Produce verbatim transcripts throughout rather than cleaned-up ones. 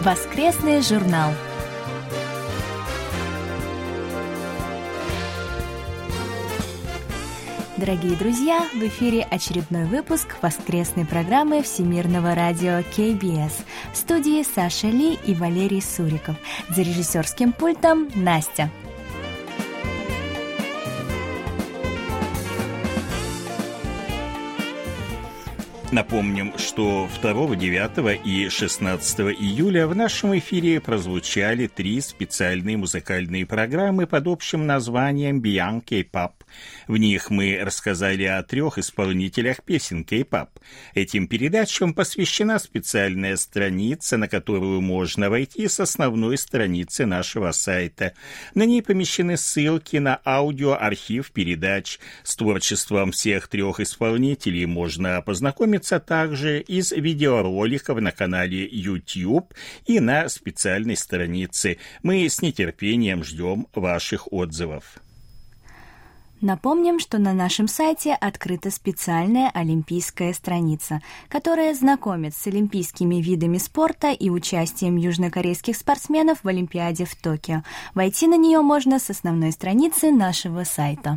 Воскресный журнал. Дорогие друзья, в эфире очередной выпуск воскресной программы Всемирного радио кей би эс. В студии Саша Ли и Валерий Суриков. За режиссерским пультом Настя. Напомним, что второго, девятого и шестнадцатого июля в нашем эфире прозвучали три специальные музыкальные программы под общим названием Beyond K-pop. В них мы рассказали о трех исполнителях песен K-pop. Этим передачам посвящена специальная страница, на которую можно войти с основной страницы нашего сайта. На ней помещены ссылки на аудиоархив передач. С творчеством всех трех исполнителей можно познакомиться также из видеороликов на канале YouTube и на специальной странице. Мы с нетерпением ждем ваших отзывов. Напомним, что на нашем сайте открыта специальная олимпийская страница, которая знакомит с олимпийскими видами спорта и участием южнокорейских спортсменов в Олимпиаде в Токио. Войти на нее можно с основной страницы нашего сайта.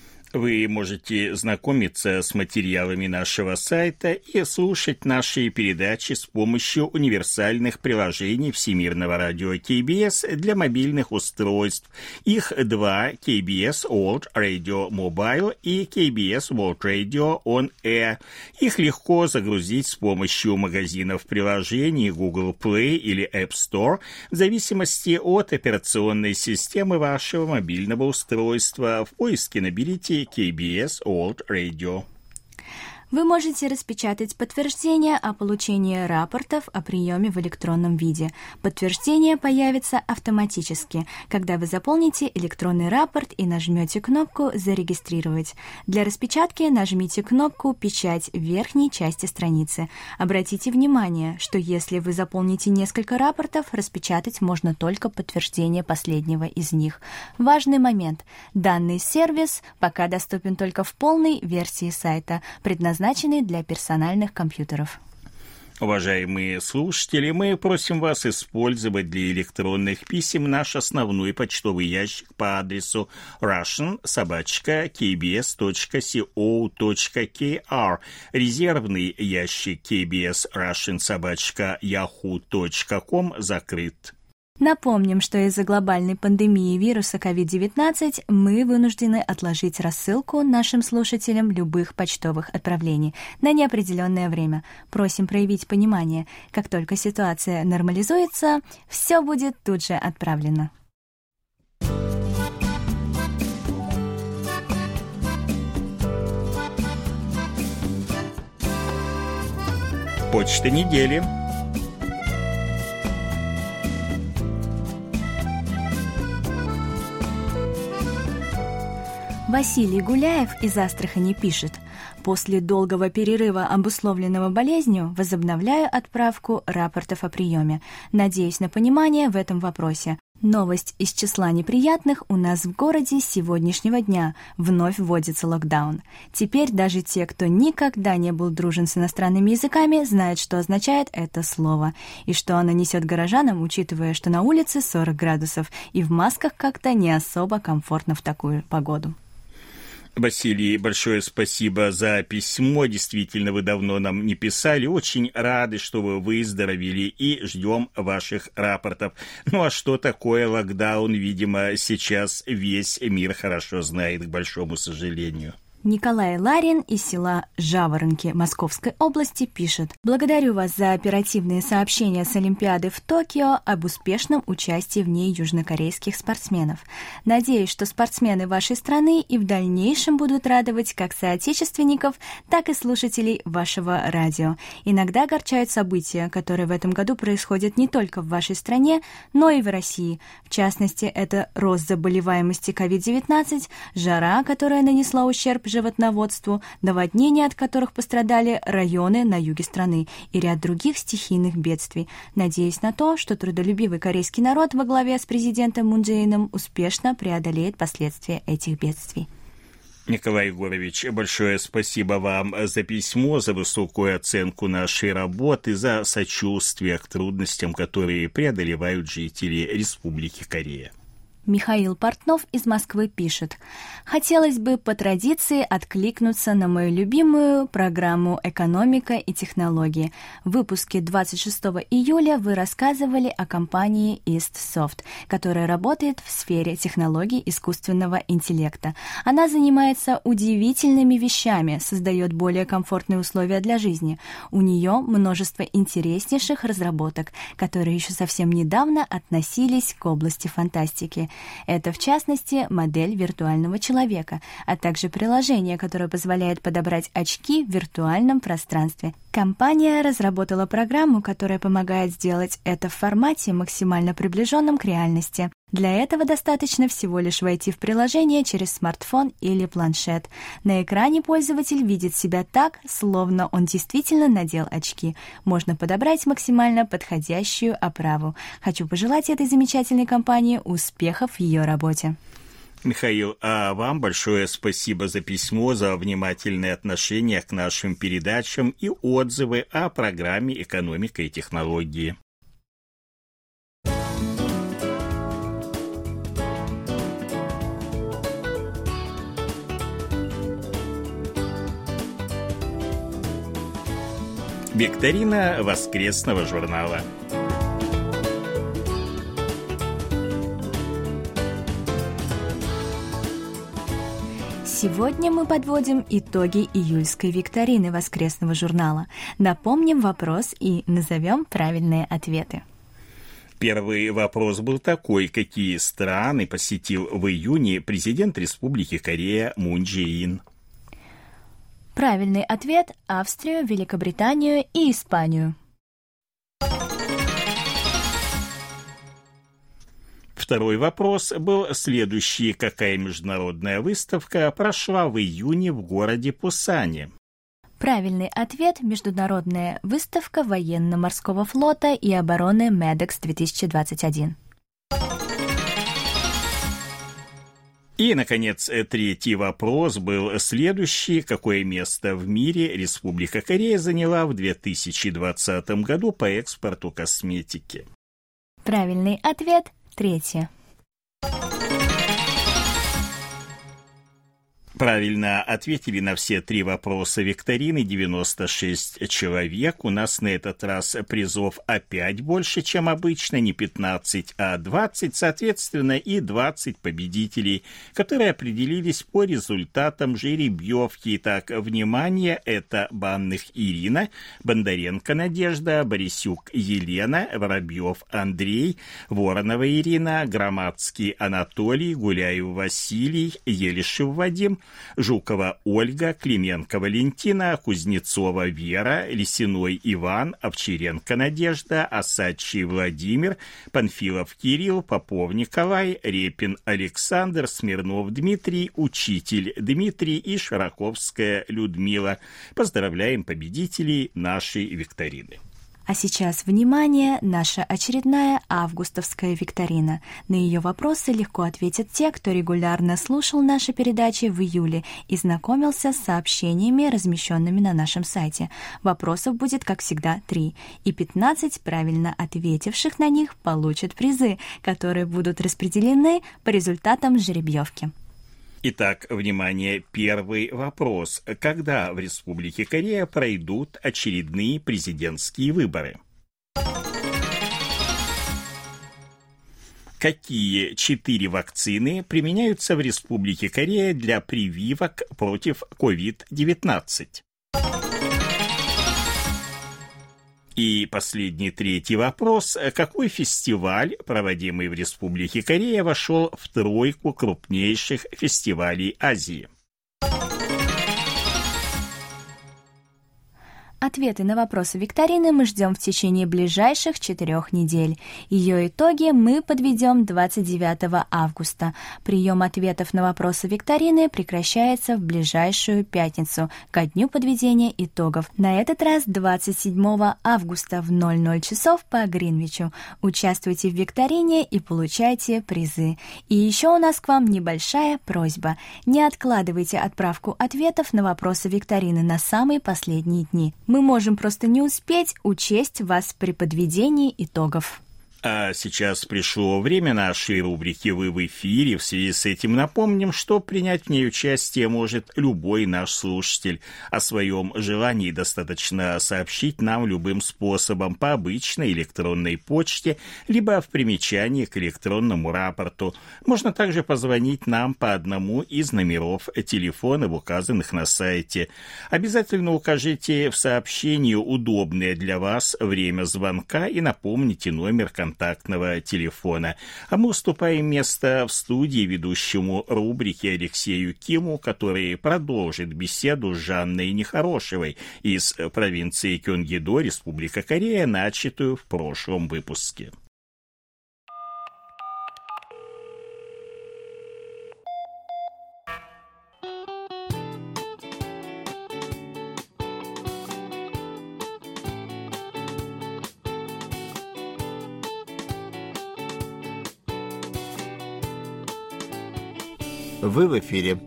Вы можете знакомиться с материалами нашего сайта и слушать наши передачи с помощью универсальных приложений Всемирного радио кей би эс для мобильных устройств. Их два: кей би эс World Radio Mobile и кей би эс World Radio On Air. Их легко загрузить с помощью магазинов приложений Google Play или App Store в зависимости от операционной системы вашего мобильного устройства. В поиске наберите кей би эс World Radio. Вы можете распечатать подтверждение о получении рапортов о приеме в электронном виде. Подтверждение появится автоматически, когда вы заполните электронный рапорт и нажмете кнопку «Зарегистрировать». Для распечатки нажмите кнопку «Печать» в верхней части страницы. Обратите внимание, что если вы заполните несколько рапортов, распечатать можно только подтверждение последнего из них. Важный момент. Данный сервис пока доступен только в полной версии сайта, предназначенный назначенный для персональных компьютеров. Уважаемые слушатели, мы просим вас использовать для электронных писем наш основной почтовый ящик по адресу russian собака кей би эс точка си о точка кей ар, резервный ящик кей би эс russian собака яху точка ком закрыт. Напомним, что из-за глобальной пандемии вируса ковид девятнадцать мы вынуждены отложить рассылку нашим слушателям любых почтовых отправлений на неопределенное время. Просим проявить понимание. Как только ситуация нормализуется, все будет тут же отправлено. Почта недели. Василий Гуляев из Астрахани пишет: «После долгого перерыва, обусловленного болезнью, возобновляю отправку рапортов о приеме. Надеюсь на понимание в этом вопросе. Новость из числа неприятных: у нас в городе с сегодняшнего дня вновь вводится локдаун. Теперь даже те, кто никогда не был дружен с иностранными языками, знают, что означает это слово, и что оно несет горожанам, учитывая, что на улице сорок градусов, и в масках как-то не особо комфортно в такую погоду». Василий, большое спасибо за письмо. Действительно, вы давно нам не писали. Очень рады, что вы выздоровели, и ждем ваших рапортов. Ну а что такое локдаун, видимо, сейчас весь мир хорошо знает, к большому сожалению. Николай Ларин из села Жаворонки Московской области пишет: «Благодарю вас за оперативные сообщения с Олимпиады в Токио об успешном участии в ней южнокорейских спортсменов. Надеюсь, что спортсмены вашей страны и в дальнейшем будут радовать как соотечественников, так и слушателей вашего радио. Иногда огорчают события, которые в этом году происходят не только в вашей стране, но и в России. В частности, это рост заболеваемости ковид девятнадцать, жара, которая нанесла ущерб животноводству, наводнения, от которых пострадали районы на юге страны, и ряд других стихийных бедствий. Надеюсь на то, что трудолюбивый корейский народ во главе с президентом Мун Чже Ином успешно преодолеет последствия этих бедствий». Николай Егорович, большое спасибо вам за письмо, за высокую оценку нашей работы, за сочувствие к трудностям, которые преодолевают жители Республики Корея. Михаил Портнов из Москвы пишет: «Хотелось бы по традиции откликнуться на мою любимую программу «Экономика и технологии». В выпуске двадцать шестого июля вы рассказывали о компании EastSoft, которая работает в сфере технологий искусственного интеллекта. Она занимается удивительными вещами, создает более комфортные условия для жизни. У нее множество интереснейших разработок, которые еще совсем недавно относились к области фантастики. Это, в частности, модель виртуального человека, а также приложение, которое позволяет подобрать очки в виртуальном пространстве. Компания разработала программу, которая помогает сделать это в формате, максимально приближенном к реальности. Для этого достаточно всего лишь войти в приложение через смартфон или планшет. На экране пользователь видит себя так, словно он действительно надел очки. Можно подобрать максимально подходящую оправу. Хочу пожелать этой замечательной компании успехов в ее работе. Михаил, а вам большое спасибо за письмо, за внимательное отношение к нашим передачам и отзывы о программе «Экономика и технологии». Викторина воскресного журнала. Сегодня мы подводим итоги июльской викторины воскресного журнала. Напомним вопрос и назовем правильные ответы. Первый вопрос был такой: какие страны посетил в июне президент Республики Корея Мун Чже Ин? Правильный ответ – Австрию, Великобританию и Испанию. Второй вопрос был следующий: какая международная выставка прошла в июне в городе Пусане? Правильный ответ – международная выставка военно-морского флота и обороны Медекс две тысячи двадцать один. И, наконец, третий вопрос был следующий: какое место в мире Республика Корея заняла в две тысячи двадцатом году по экспорту косметики? Правильный ответ – третье. Правильно ответили на все три вопроса викторины девяносто шесть человек. У нас на этот раз призов опять больше, чем обычно, не пятнадцать, а двадцать, соответственно, и двадцать победителей, которые определились по результатам жеребьевки. Итак, внимание, это Банных Ирина, Бондаренко Надежда, Борисюк Елена, Воробьев Андрей, Воронова Ирина, Громадский Анатолий, Гуляев Василий, Елишев Вадим, Жукова Ольга, Клименко Валентина, Кузнецова Вера, Лисиной Иван, Овчаренко Надежда, Осадчий Владимир, Панфилов Кирилл, Попов Николай, Репин Александр, Смирнов Дмитрий, Учитель Дмитрий и Широковская Людмила. Поздравляем победителей нашей викторины. А сейчас, внимание, наша очередная августовская викторина. На ее вопросы легко ответят те, кто регулярно слушал наши передачи в июле и знакомился с сообщениями, размещенными на нашем сайте. Вопросов будет, как всегда, три, и пятнадцать правильно ответивших на них получат призы, которые будут распределены по результатам жеребьевки. Итак, внимание, первый вопрос. Когда в Республике Корея пройдут очередные президентские выборы? Какие четыре вакцины применяются в Республике Корея для прививок против ковид девятнадцать? И последний, третий вопрос. Какой фестиваль, проводимый в Республике Корея, вошел в тройку крупнейших фестивалей Азии? Ответы на вопросы викторины мы ждем в течение ближайших четырех недель. Ее итоги мы подведем двадцать девятого августа. Прием ответов на вопросы викторины прекращается в ближайшую пятницу, ко дню подведения итогов. На этот раз двадцать седьмого августа в ноль ноль часов по Гринвичу. Участвуйте в викторине и получайте призы. И еще у нас к вам небольшая просьба. Не откладывайте отправку ответов на вопросы викторины на самые последние дни. Мы можем просто не успеть учесть вас при подведении итогов. А сейчас пришло время нашей рубрики «Вы в эфире». В связи с этим напомним, что принять в ней участие может любой наш слушатель. О своем желании достаточно сообщить нам любым способом по обычной электронной почте, либо в примечании к электронному рапорту. Можно также позвонить нам по одному из номеров телефонов, указанных на сайте. Обязательно укажите в сообщении удобное для вас время звонка и напомните номер контакта. контактного телефона. А мы уступаем место в студии ведущему рубрики Алексею Киму, который продолжит беседу с Жанной Нехорошевой из провинции Кёнгидо, Республика Корея, начатую в прошлом выпуске. Вы в эфире.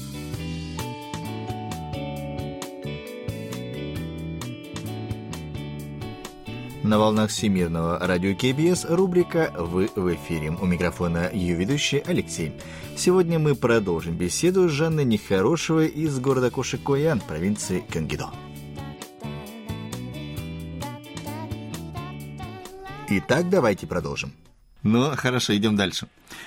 На волнах Всемирного радио КБС рубрика «Вы в эфире». У микрофона ее ведущий Алексей. Сегодня мы продолжим беседу с Жанной Нехорошевой из города Кошикоян, провинции Кёнгидо. Итак, давайте продолжим. Ну, хорошо, идем дальше.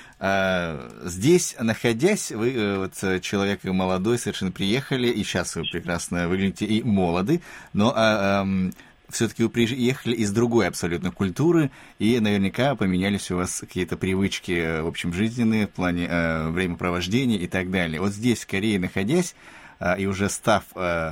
Здесь, находясь, вы вот человек молодой, совершенно приехали, и сейчас вы прекрасно выглядите и молоды, но а, а, все-таки вы приехали из другой абсолютно культуры, и наверняка поменялись у вас какие-то привычки, в общем, жизненные, в плане а, времяпровождения и так далее. Вот здесь, в Корее, находясь, а, и уже став,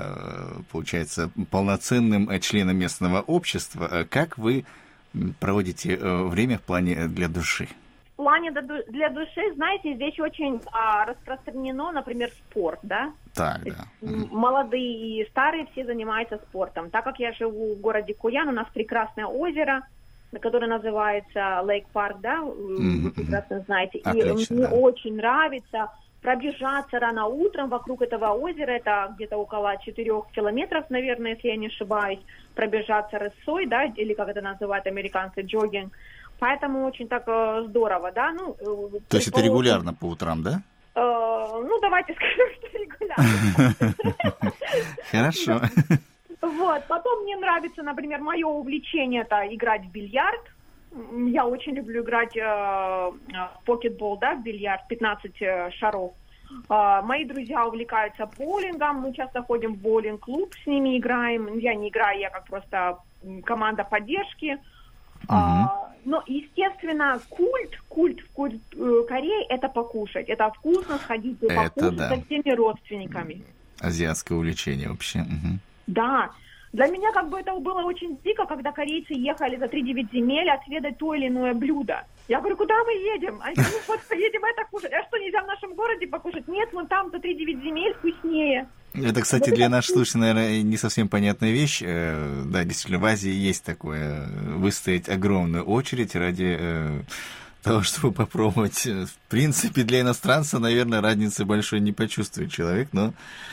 а, получается, полноценным членом местного общества, как вы проводите время в плане для души? В плане для души, знаете, здесь очень а, распространено, например, спорт, да? Так, да. Молодые и старые все занимаются спортом. Так как я живу в городе Коян, у нас прекрасное озеро, которое называется Лейк Парк, да? Mm-hmm. Вы прекрасно знаете. Отлично, и мне да. очень нравится пробежаться рано утром вокруг этого озера. Это где-то около четырех километров, наверное, если я не ошибаюсь. Пробежаться рысой, да, или как это называют американцы, джогинг. Поэтому очень так э, здорово, да. Ну, э, То есть это регулярно по утрам, да? Э, ну, давайте скажем, что регулярно. Хорошо. Вот. Потом мне нравится, например, мое увлечение — это играть в бильярд. Я очень люблю играть э, в покетбол, да, в бильярд, пятнадцать э, шаров. Э, мои друзья увлекаются боулингом, мы часто ходим в боулинг-клуб, с ними играем. Я не играю, я как просто команда поддержки. Uh-huh. А, но, естественно, культ, культ в культ, э, Кореи — это покушать. Это вкусно сходить и покушать да. со всеми родственниками. Азиатское увлечение вообще. Uh-huh. Да. Для меня как бы это было очень дико, когда корейцы ехали за три девять земель отведать то или иное блюдо. Я говорю, куда мы едем? Они говорят, ну вот поедем это кушать. А что, нельзя в нашем городе покушать? Нет, вон там за три девять земель вкуснее. Это, кстати, для наших слушателей, наверное, не совсем понятная вещь. Да, действительно, в Азии есть такое, выстоять огромную очередь ради того, чтобы попробовать. В принципе, для иностранца, наверное, разницы большой не почувствует человек, но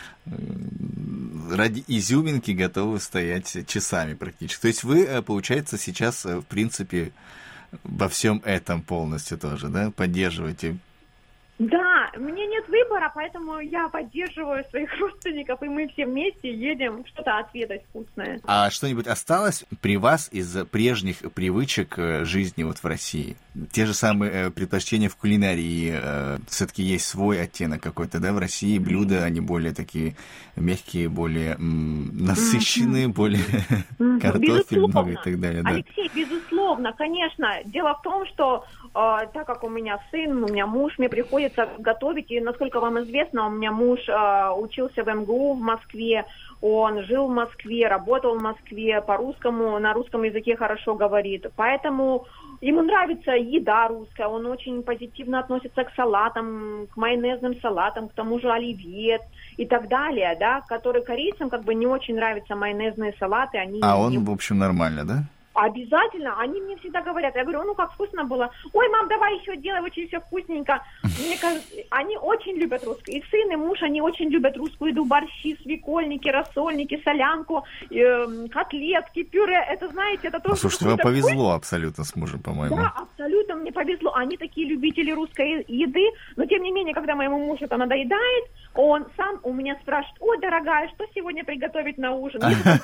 ради изюминки готовы стоять часами практически. То есть вы, получается, сейчас, в принципе, во всем этом полностью тоже, да, поддерживаете? Да, мне нет выбора, поэтому я поддерживаю своих родственников, и мы все вместе едем что-то отведать вкусное. А что-нибудь осталось при вас из прежних привычек жизни вот в России? Те же самые предпочтения в кулинарии, все-таки есть свой оттенок какой-то, да, в России блюда, они более такие мягкие, более м, насыщенные, более картофель много и так далее. Да. Алексей, безусловно. безусловно, конечно. Дело в том, что э, так как у меня сын, у меня муж, мне приходится готовить, и, насколько вам известно, у меня муж э, учился в эм гэ у в Москве, он жил в Москве, работал в Москве, по-русскому, на русском языке хорошо говорит, поэтому ему нравится еда русская, он очень позитивно относится к салатам, к майонезным салатам, к тому же оливье и так далее, да, которые корейцам как бы не очень нравятся майонезные салаты. Они а он, не... в общем, нормально, да? Обязательно. Они мне всегда говорят. Я говорю, ну как вкусно было. Ой, мам, давай еще делай, очень все вкусненько. Мне кажется, они очень любят русскую. И сын, и муж, они очень любят русскую еду. Борщи, свекольники, рассольники, солянку, э, котлетки, пюре. Это, знаете, это тоже... Ну, слушайте, вам повезло вкус. Абсолютно с мужем, по-моему. Да, абсолютно мне повезло. Они такие любители русской еды. Но, тем не менее, когда моему мужу это надоедает, он сам у меня спрашивает: ой, дорогая, что сегодня приготовить на ужин?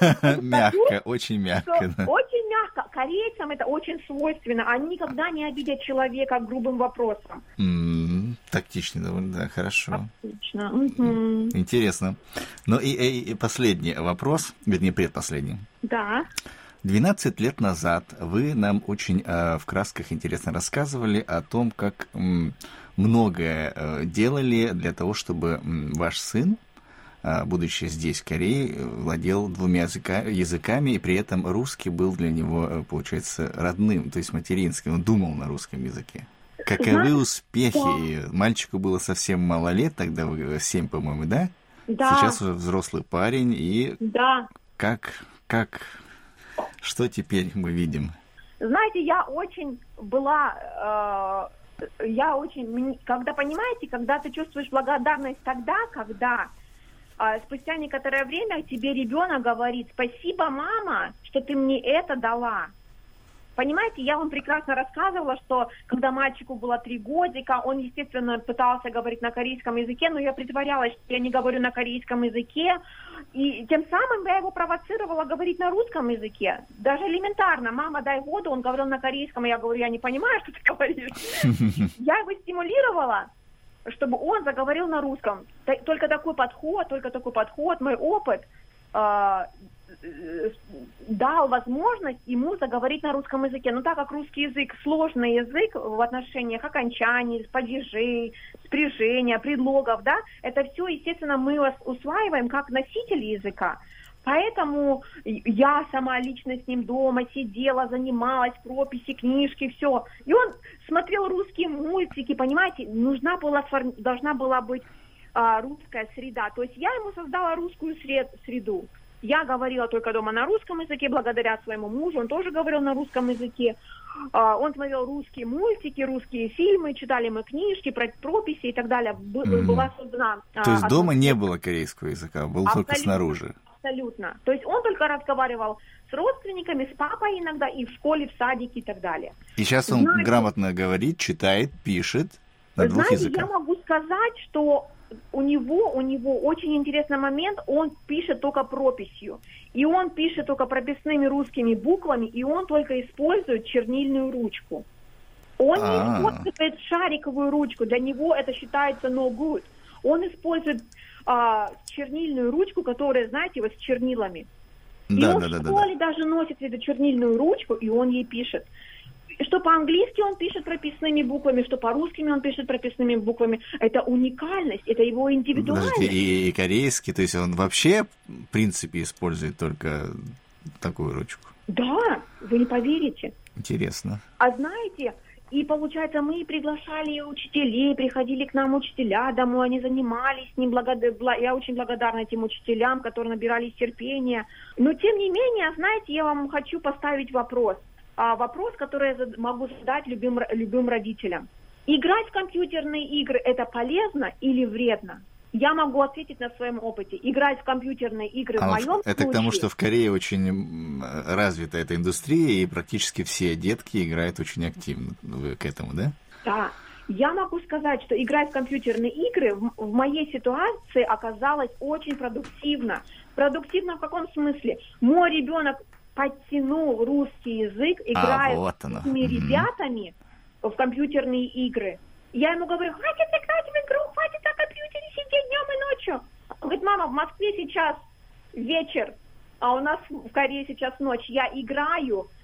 Мягко, очень мягко. Очень мягко. Корейцам это очень свойственно. Они никогда не обидят человека грубым вопросом. Mm, тактично довольно, да, хорошо. Отлично. Mm-hmm. Интересно. Ну и, и, и последний вопрос, вернее, предпоследний. Да. двенадцать лет назад вы нам очень э, в красках интересно рассказывали о том, как м, многое э, делали для того, чтобы м, ваш сын, будучи здесь, в Корее, владел двумя языка, языками, и при этом русский был для него, получается, родным, то есть материнским. Он думал на русском языке. Каковы успехи? Мальчику было совсем мало лет, тогда семь, по-моему, да? Да. Сейчас уже взрослый парень, и да. как, как, что теперь мы видим? Знаете, я очень была... Э, я очень... Когда, понимаете, когда ты чувствуешь благодарность тогда, когда... Спустя некоторое время тебе ребенок говорит: спасибо, мама, что ты мне это дала. Понимаете, я вам прекрасно рассказывала, что когда мальчику было три годика, он, естественно, пытался говорить на корейском языке, но я притворялась, что я не говорю на корейском языке, и тем самым я его провоцировала говорить на русском языке. Даже элементарно: мама, дай воду, он говорил на корейском, и я говорю: я не понимаю, что ты говоришь. Я его стимулировала, чтобы он заговорил на русском. Только такой подход, только такой подход, мой опыт э, дал возможность ему заговорить на русском языке. Но так как русский язык сложный язык в отношениях окончаний, падежей, спряжения, предлогов, да, это все, естественно, мы усваиваем как носители языка. Поэтому я сама лично с ним дома сидела, занималась, прописи, книжки, все. И он смотрел русские мультики, понимаете, нужна была, должна была быть а, русская среда. То есть я ему создала русскую сред, среду. Я говорила только дома на русском языке, благодаря своему мужу, он тоже говорил на русском языке. А, он смотрел русские мультики, русские фильмы, читали мы книжки, про прописи и так далее. Б- mm-hmm. Была создана... То есть а, дома не было корейского языка, был абсолютно только снаружи? Абсолютно. То есть он только разговаривал с родственниками, с папой иногда, и в школе, в садике и так далее. И сейчас он знаете, грамотно говорит, читает, пишет на двух знаете, языках. Я могу сказать, что у него, у него очень интересный момент, он пишет только прописью. И он пишет только прописными русскими буквами, и он только использует чернильную ручку. Он А-а-а. не использует шариковую ручку, для него это считается no good. Он использует а, чернильную ручку, которая, знаете, вот с чернилами. Да, и он да, в школе да, да. даже носит эту чернильную ручку, и он ей пишет. Что по-английски он пишет прописными буквами, что по-русски он пишет прописными буквами. Это уникальность, это его индивидуальность. Подождите, и, и корейский, то есть он вообще, в принципе, использует только такую ручку? Да, вы не поверите. Интересно. А знаете... И, получается, мы приглашали учителей, приходили к нам учителя домой, они занимались с ним. Благод... Я очень благодарна этим учителям, которые набирались терпения. Но, тем не менее, знаете, я вам хочу поставить вопрос. А, вопрос, который я могу задать любым, любым родителям. Играть в компьютерные игры – это полезно или вредно? Я могу ответить на своем опыте. Играть в компьютерные игры а в моем это случае... к тому, что в Корее очень развита эта индустрия, и практически все детки играют очень активно к этому, да? Да. Я могу сказать, что играть в компьютерные игры в, в моей ситуации оказалось очень продуктивно. Продуктивно в каком смысле? Мой ребенок подтянул русский язык, играя а, вот с этими ребятами в компьютерные игры. Я ему говорю: хватит играть в игру, хватит на компьютере сидеть днем и ночью. Он говорит: мама, в Москве сейчас вечер, а у нас в Корее сейчас ночь. Я играю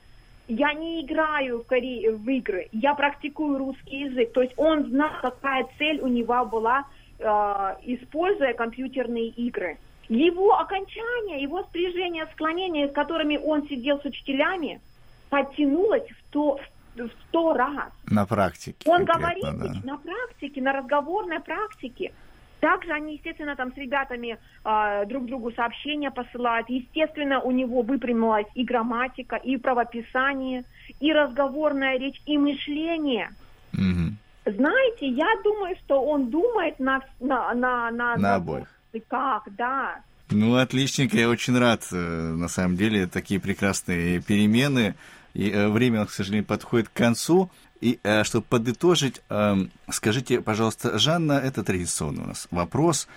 я не играю в, Коре... в игры, я практикую русский язык. То есть он знал, какая цель у него была, э, используя компьютерные игры. Его окончание, его спряжение, склонение, с которыми он сидел с учителями, подтянулось в то, в сто раз. На практике. Он говорит да. на практике, на разговорной практике. Также они, естественно, там с ребятами э, друг другу сообщения посылают. Естественно, у него выпрямилась и грамматика, и правописание, и разговорная речь, и мышление. Угу. Знаете, я думаю, что он думает на... На, на, на, на обоих. Как, да. Ну, отличненько, я очень рад. На самом деле, такие прекрасные перемены. И время, к сожалению, подходит к концу. И чтобы подытожить, скажите, пожалуйста, Жанна, это традиционный у нас вопрос.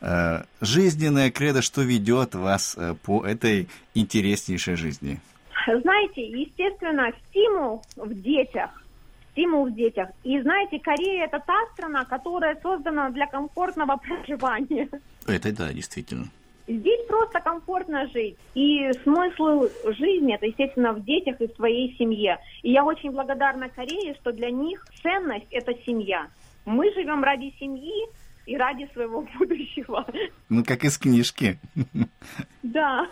Жизненная кредо, что ведет вас по этой интереснейшей жизни? Знаете, естественно, стимул в детях. Стимул в детях. И знаете, Корея – это та страна, которая создана для комфортного проживания. Это да, действительно. Здесь просто комфортно жить. И смысл жизни – это, естественно, в детях и в своей семье. И я очень благодарна Корее, что для них ценность – это семья. Мы живем ради семьи и ради своего будущего. Ну, как из книжки. Да.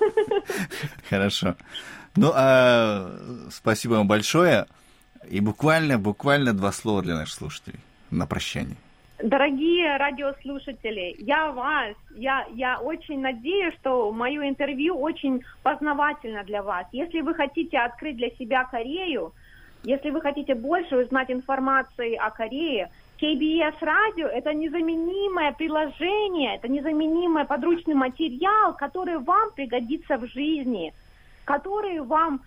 Хорошо. Ну, а спасибо вам большое. И буквально, буквально два слова для наших слушателей на прощание. Дорогие радиослушатели, я вас, я, я очень надеюсь, что мое интервью очень познавательно для вас. Если вы хотите открыть для себя Корею, если вы хотите больше узнать информации о Корее, кей би эс радио – это незаменимое приложение, это незаменимый подручный материал, который вам пригодится в жизни, который вам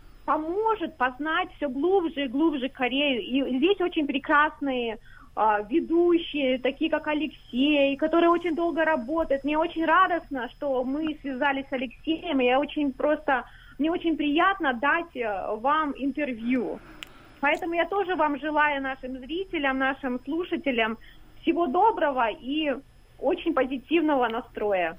поможет познать все глубже и глубже Корею. И здесь очень прекрасные а, ведущие, такие как Алексей, которые очень долго работают. Мне очень радостно, что мы связались с Алексеем. И я очень просто, мне очень приятно дать вам интервью. Поэтому я тоже вам желаю, нашим зрителям, нашим слушателям, всего доброго и очень позитивного настроя.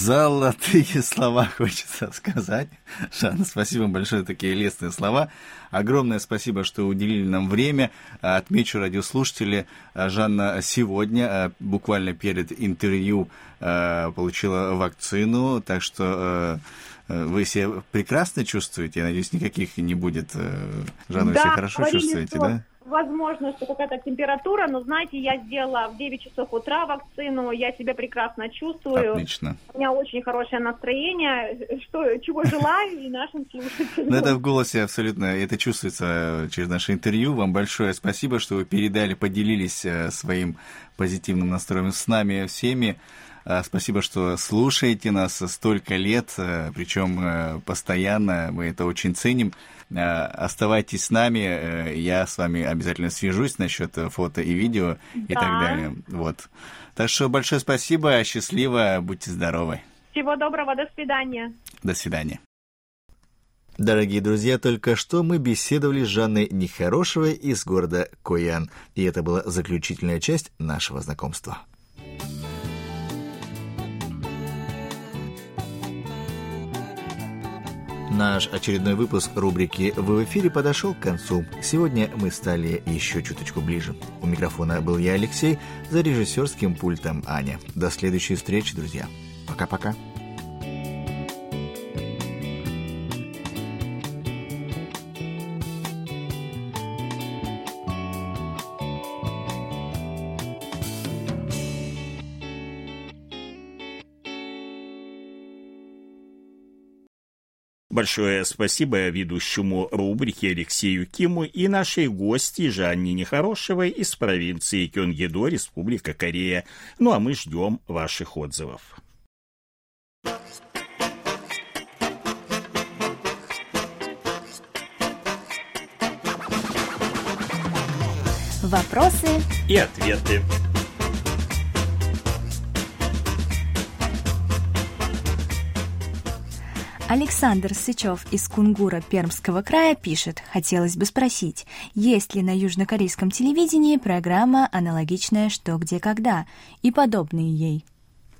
Золотые слова хочется сказать. Жанна, спасибо вам большое, такие лестные слова. Огромное спасибо, что уделили нам время. Отмечу радиослушатели, Жанна сегодня, буквально перед интервью, получила вакцину, так что вы себя прекрасно чувствуете. Я надеюсь, никаких не будет. Жанна, вы да, себя хорошо чувствуете, да? Возможно, что какая-то температура, но, знаете, я сделала в девять часов утра вакцину, я себя прекрасно чувствую. Отлично. У меня очень хорошее настроение, что, чего желаю и нашим слушателям. Ну, это в голосе абсолютно, это чувствуется через наше интервью. Вам большое спасибо, что вы передали, поделились своим позитивным настроем с нами всеми. Спасибо, что слушаете нас столько лет, причем постоянно, мы это очень ценим. Оставайтесь с нами, я с вами обязательно свяжусь насчет фото и видео и да. так далее. Вот. Так что большое спасибо, счастливо, будьте здоровы. Всего доброго, до свидания. До свидания. Дорогие друзья, только что мы беседовали с Жанной Нехорошевой из города Коян, и это была заключительная часть нашего знакомства. Наш очередной выпуск рубрики «Вы в эфире» подошел к концу. Сегодня мы стали еще чуточку ближе. У микрофона был я, Алексей, за режиссерским пультом Аня. До следующей встречи, друзья. Пока-пока. Большое спасибо ведущему рубрики Алексею Киму и нашей гости Жанне Нехорошевой из провинции Кёнгидо, Республика Корея. Ну а мы ждем ваших отзывов. Вопросы и ответы. Александр Сычев из Кунгура Пермского края пишет: хотелось бы спросить, есть ли на южнокорейском телевидении программа, аналогичная «Что, где, когда» и подобные ей?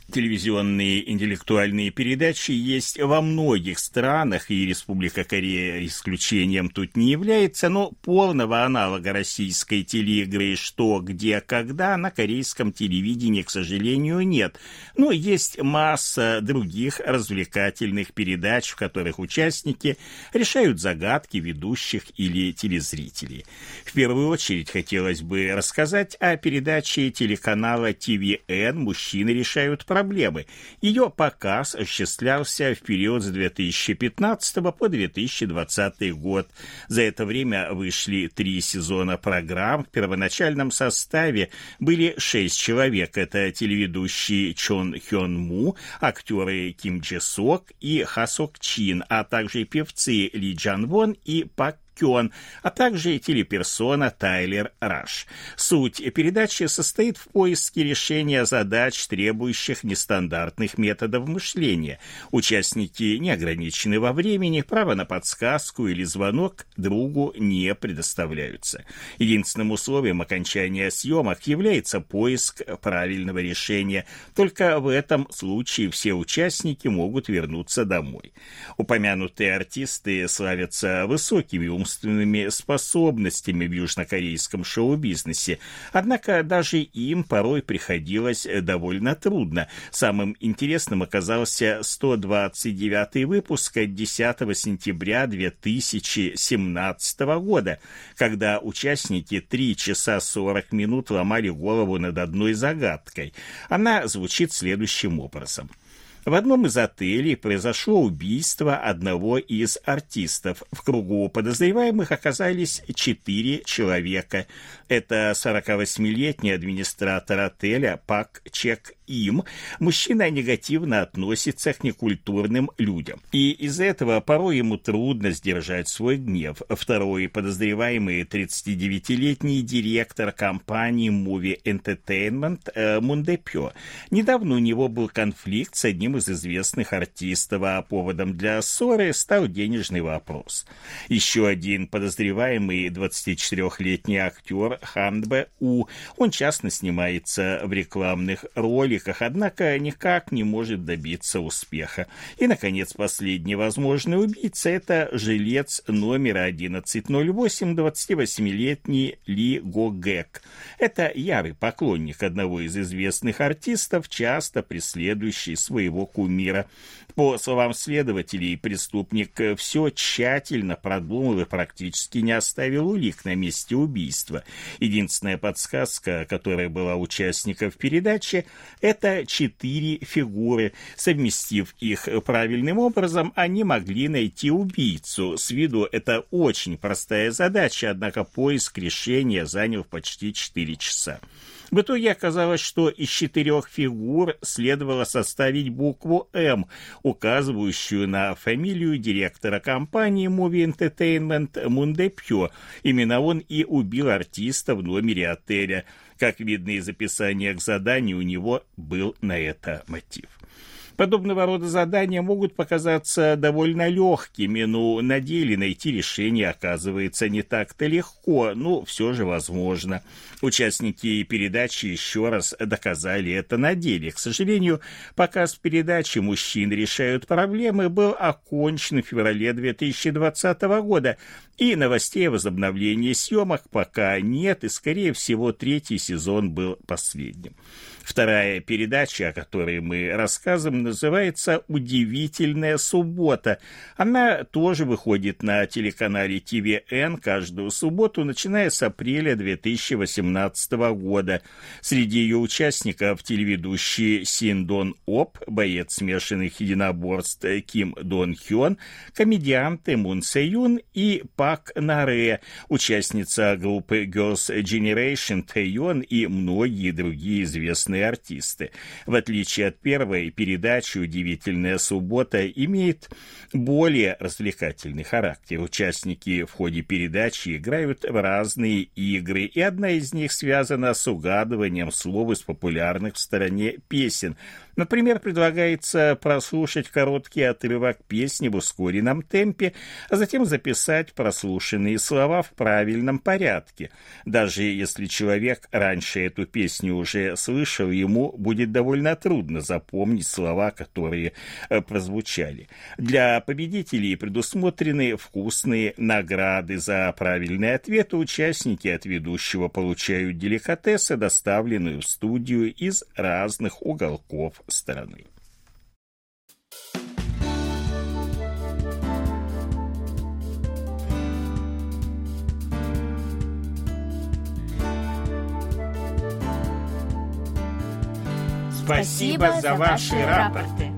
Телевизионные интеллектуальные передачи есть во многих странах, и Республика Корея исключением тут не является, но полного аналога российской телеигры «Что, где, когда» на корейском телевидении, к сожалению, нет. Но есть масса других развлекательных передач, в которых участники решают загадки ведущих или телезрителей. В первую очередь хотелось бы рассказать о передаче телеканала Ти Ви Эн «Мужчины решают проблемы». проблемы. Ее показ осуществлялся в период с две тысячи пятнадцатого по две тысячи двадцатый год. За это время вышли три сезона программ. В первоначальном составе были шесть человек. Это телеведущий Чон Хён Му, актеры Ким Джи Сок и Ха Сок Чин, а также певцы Ли Джан Вон и Пак Кён, а также телеперсона Тайлер Раш. Суть передачи состоит в поиске решения задач, требующих нестандартных методов мышления. Участники не ограничены во времени, право на подсказку или звонок другу не предоставляются. Единственным условием окончания съемок является поиск правильного решения. Только в этом случае все участники могут вернуться домой. Упомянутые артисты славятся высокими умственными умственными способностями в южнокорейском шоу-бизнесе. Однако даже им порой приходилось довольно трудно. Самым интересным оказался сто двадцать девятый выпуск от десятого сентября две тысячи семнадцатого года, когда участники три часа сорок минут ломали голову над одной загадкой. Она звучит следующим образом. В одном из отелей произошло убийство одного из артистов. В кругу подозреваемых оказались четыре человека. Это сорокавосьмилетний администратор отеля Пак Чек Им. Мужчина негативно относится к некультурным людям. И из-за этого порой ему трудно сдержать свой гнев. Второй подозреваемый тридцатидевятилетний директор компании Movie Entertainment Мун Дэ Пё. Недавно у него был конфликт с одним из известных артистов, а поводом для ссоры стал денежный вопрос. Еще один подозреваемый двадцатичетырёхлетний актер Хан Бэ У. Он часто снимается в рекламных роликах, однако никак не может добиться успеха. И, наконец, последний возможный убийца – это жилец номера одиннадцать ноль восемь, двадцативосьмилетний Ли Го Гэк. Это ярый поклонник одного из известных артистов, часто преследующий своего кумира. По словам следователей, преступник все тщательно продумал и практически не оставил улик на месте убийства. Единственная подсказка, которая была у участников передачи, это четыре фигуры. Совместив их правильным образом, они могли найти убийцу. С виду это очень простая задача, однако поиск решения занял почти четыре часа. В итоге оказалось, что из четырех фигур следовало составить букву «М», указывающую на фамилию директора компании Movie Entertainment Мун Дэ Пё. Именно он и убил артиста в номере отеля. Как видно из описания к заданию, у него был на это мотив. Подобного рода задания могут показаться довольно легкими, но на деле найти решение оказывается не так-то легко, но все же возможно. Участники передачи еще раз доказали это на деле. К сожалению, показ передачи «Мужчины решают проблемы» был окончен в феврале две тысячи двадцатого года, и новостей о возобновлении съемок пока нет, и, скорее всего, третий сезон был последним. Вторая передача, о которой мы рассказываем, называется «Удивительная суббота». Она тоже выходит на телеканале Ти Ви Эн каждую субботу, начиная с апреля две тысячи восемнадцатого года. Среди ее участников телеведущий Син Дон Оп, боец смешанных единоборств Ким Дон Хён, комедианты Мун Сэ Юн и Пак На Рэ, участница группы Girls' Generation Тэйон и многие другие известные артисты. В отличие от первой передачи, «Удивительная суббота» имеет более развлекательный характер. Участники в ходе передачи играют в разные игры, и одна из них связана с угадыванием слов из популярных в стране песен. Например, предлагается прослушать короткий отрывок песни в ускоренном темпе, а затем записать прослушанные слова в правильном порядке. Даже если человек раньше эту песню уже слышал, ему будет довольно трудно запомнить слова, которые прозвучали. Для победителей предусмотрены вкусные награды. За правильные ответы участники от ведущего получают деликатесы, доставленные в студию из разных уголков страны. Спасибо за ваши рапорты.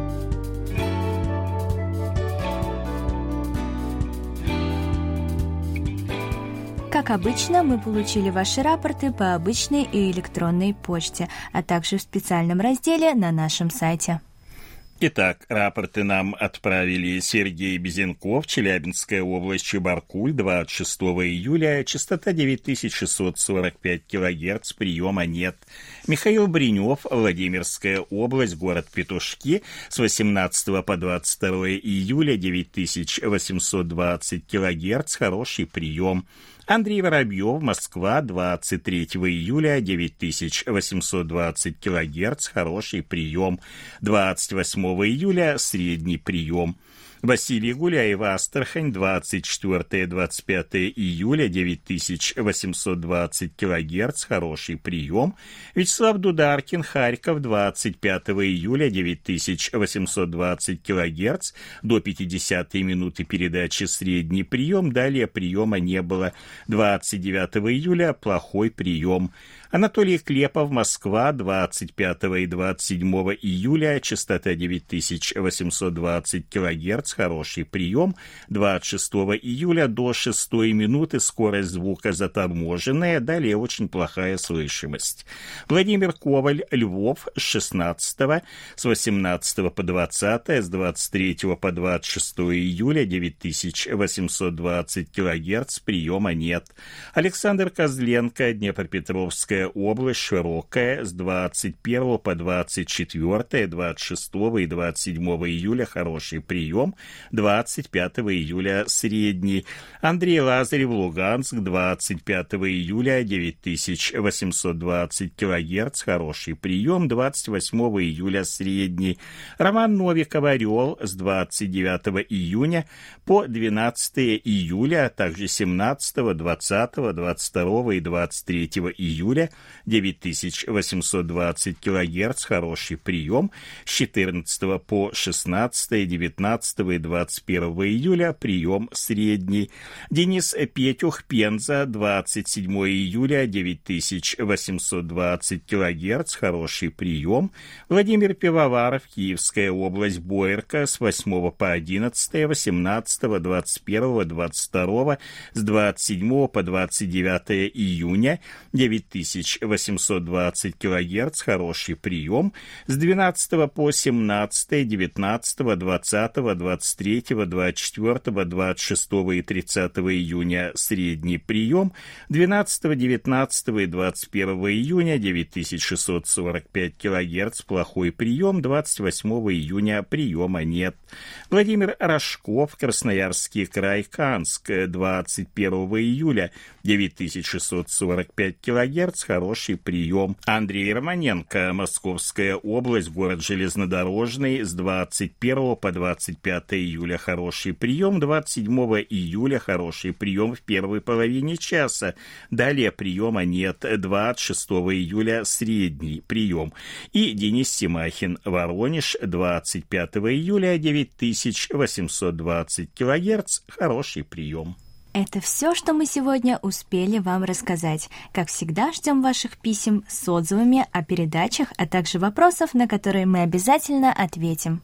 Как обычно, мы получили ваши рапорты по обычной и электронной почте, а также в специальном разделе на нашем сайте. Итак, рапорты нам отправили Сергей Безенков, Челябинская область, Чебаркуль, двадцать шестого июля, частота девять тысяч шестьсот сорок пять килогерц, приема нет. Михаил Бринев, Владимирская область, город Петушки, с восемнадцатого по двадцать второе июля, девять тысяч восемьсот двадцать килогерц, хороший прием. Андрей Воробьев, Москва, двадцать третьего июля, девять тысяч восемьсот двадцать килогерц, хороший прием. двадцать восьмого июля, средний прием. Василий Гуляев, Астрахань, двадцать четвёртого — двадцать пятого июля, девять тысяч восемьсот двадцать килогерц, хороший прием. Вячеслав Дударкин, Харьков, двадцать пятого июля, девять тысяч восемьсот двадцать килогерц, до пятидесятой минуты передачи средний прием, далее приема не было. двадцать девятого июля, плохой прием. Анатолий Клепов, Москва, двадцать пятого и двадцать седьмого июля, частота девять тысяч восемьсот двадцать килогерц, хороший прием. двадцать шестого июля до шестой минуты скорость звука заторможенная, далее очень плохая слышимость. Владимир Коваль, Львов, с шестнадцатого, с восемнадцатого по двадцатое, с двадцать третьего по двадцать шестое июля, девять тысяч восемьсот двадцать килогерц, приема нет. Александр Козленко, Днепропетровская область, Широкая, с двадцать первого по двадцать четвёртое, двадцать шестого и двадцать седьмого июля, хороший прием. двадцать пятого июля, средний. Андрей Лазарев, Луганск, двадцать пятого июля, девять тысяч восемьсот двадцать килогерц, хороший прием. двадцать восьмого июля, средний. Роман Новиков, Орел, с двадцать девятого июня по двенадцатого июля, а также семнадцатого, двадцатого, двадцать второго и двадцать третьего июля, девять тысяч восемьсот двадцать килогерц, хороший прием. С четырнадцатого по шестнадцатое, девятнадцатого и двадцать первого июля, прием средний. Денис Петюх, Пенза, двадцать седьмого июля, девять тысяч восемьсот двадцать килогерц, хороший прием. Владимир Пивоваров, Киевская область, Боярка, с восьмого по одиннадцатое, восемнадцатого, двадцать первого, двадцать второго, с двадцать седьмого по двадцать девятое июня, девять тысяч восемьсот двадцать килогерц, хороший прием. С двенадцатого по семнадцатое, девятнадцатого, двадцатого, двадцать третьего, двадцать четвёртого, двадцать шестого и тридцатого июня, средний прием. двенадцатого, девятнадцатого и двадцать первого июня, девять тысяч шестьсот сорок пять килогерц, плохой прием. двадцать восьмого июня, приема нет. Владимир Рожков, Красноярский край, Канск, двадцать первого июля, девять тысяч шестьсот сорок пять килогерц, хороший прием. Андрей Романенко, Московская область, город Железнодорожный, с двадцать первого по двадцать пятое июля, хороший прием. двадцать седьмого июля, хороший прием в первой половине часа, далее приема нет. двадцать шестого июля, средний прием. И Денис Семахин, Воронеж, двадцать пятого июля, девять тысяч восемьсот двадцать килогерц, хороший прием. Это все, что мы сегодня успели вам рассказать. Как всегда, ждем ваших писем с отзывами о передачах, а также вопросов, на которые мы обязательно ответим.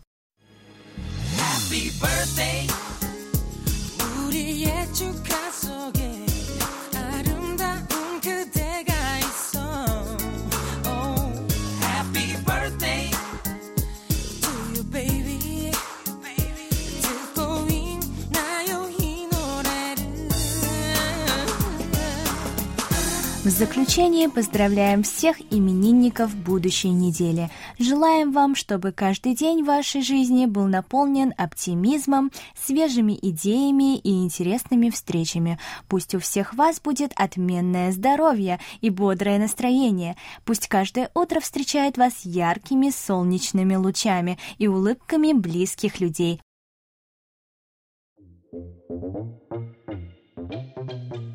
Happy birthday. В заключение поздравляем всех именинников будущей недели. Желаем вам, чтобы каждый день вашей жизни был наполнен оптимизмом, свежими идеями и интересными встречами. Пусть у всех вас будет отменное здоровье и бодрое настроение. Пусть каждое утро встречает вас яркими солнечными лучами и улыбками близких людей. Thank you.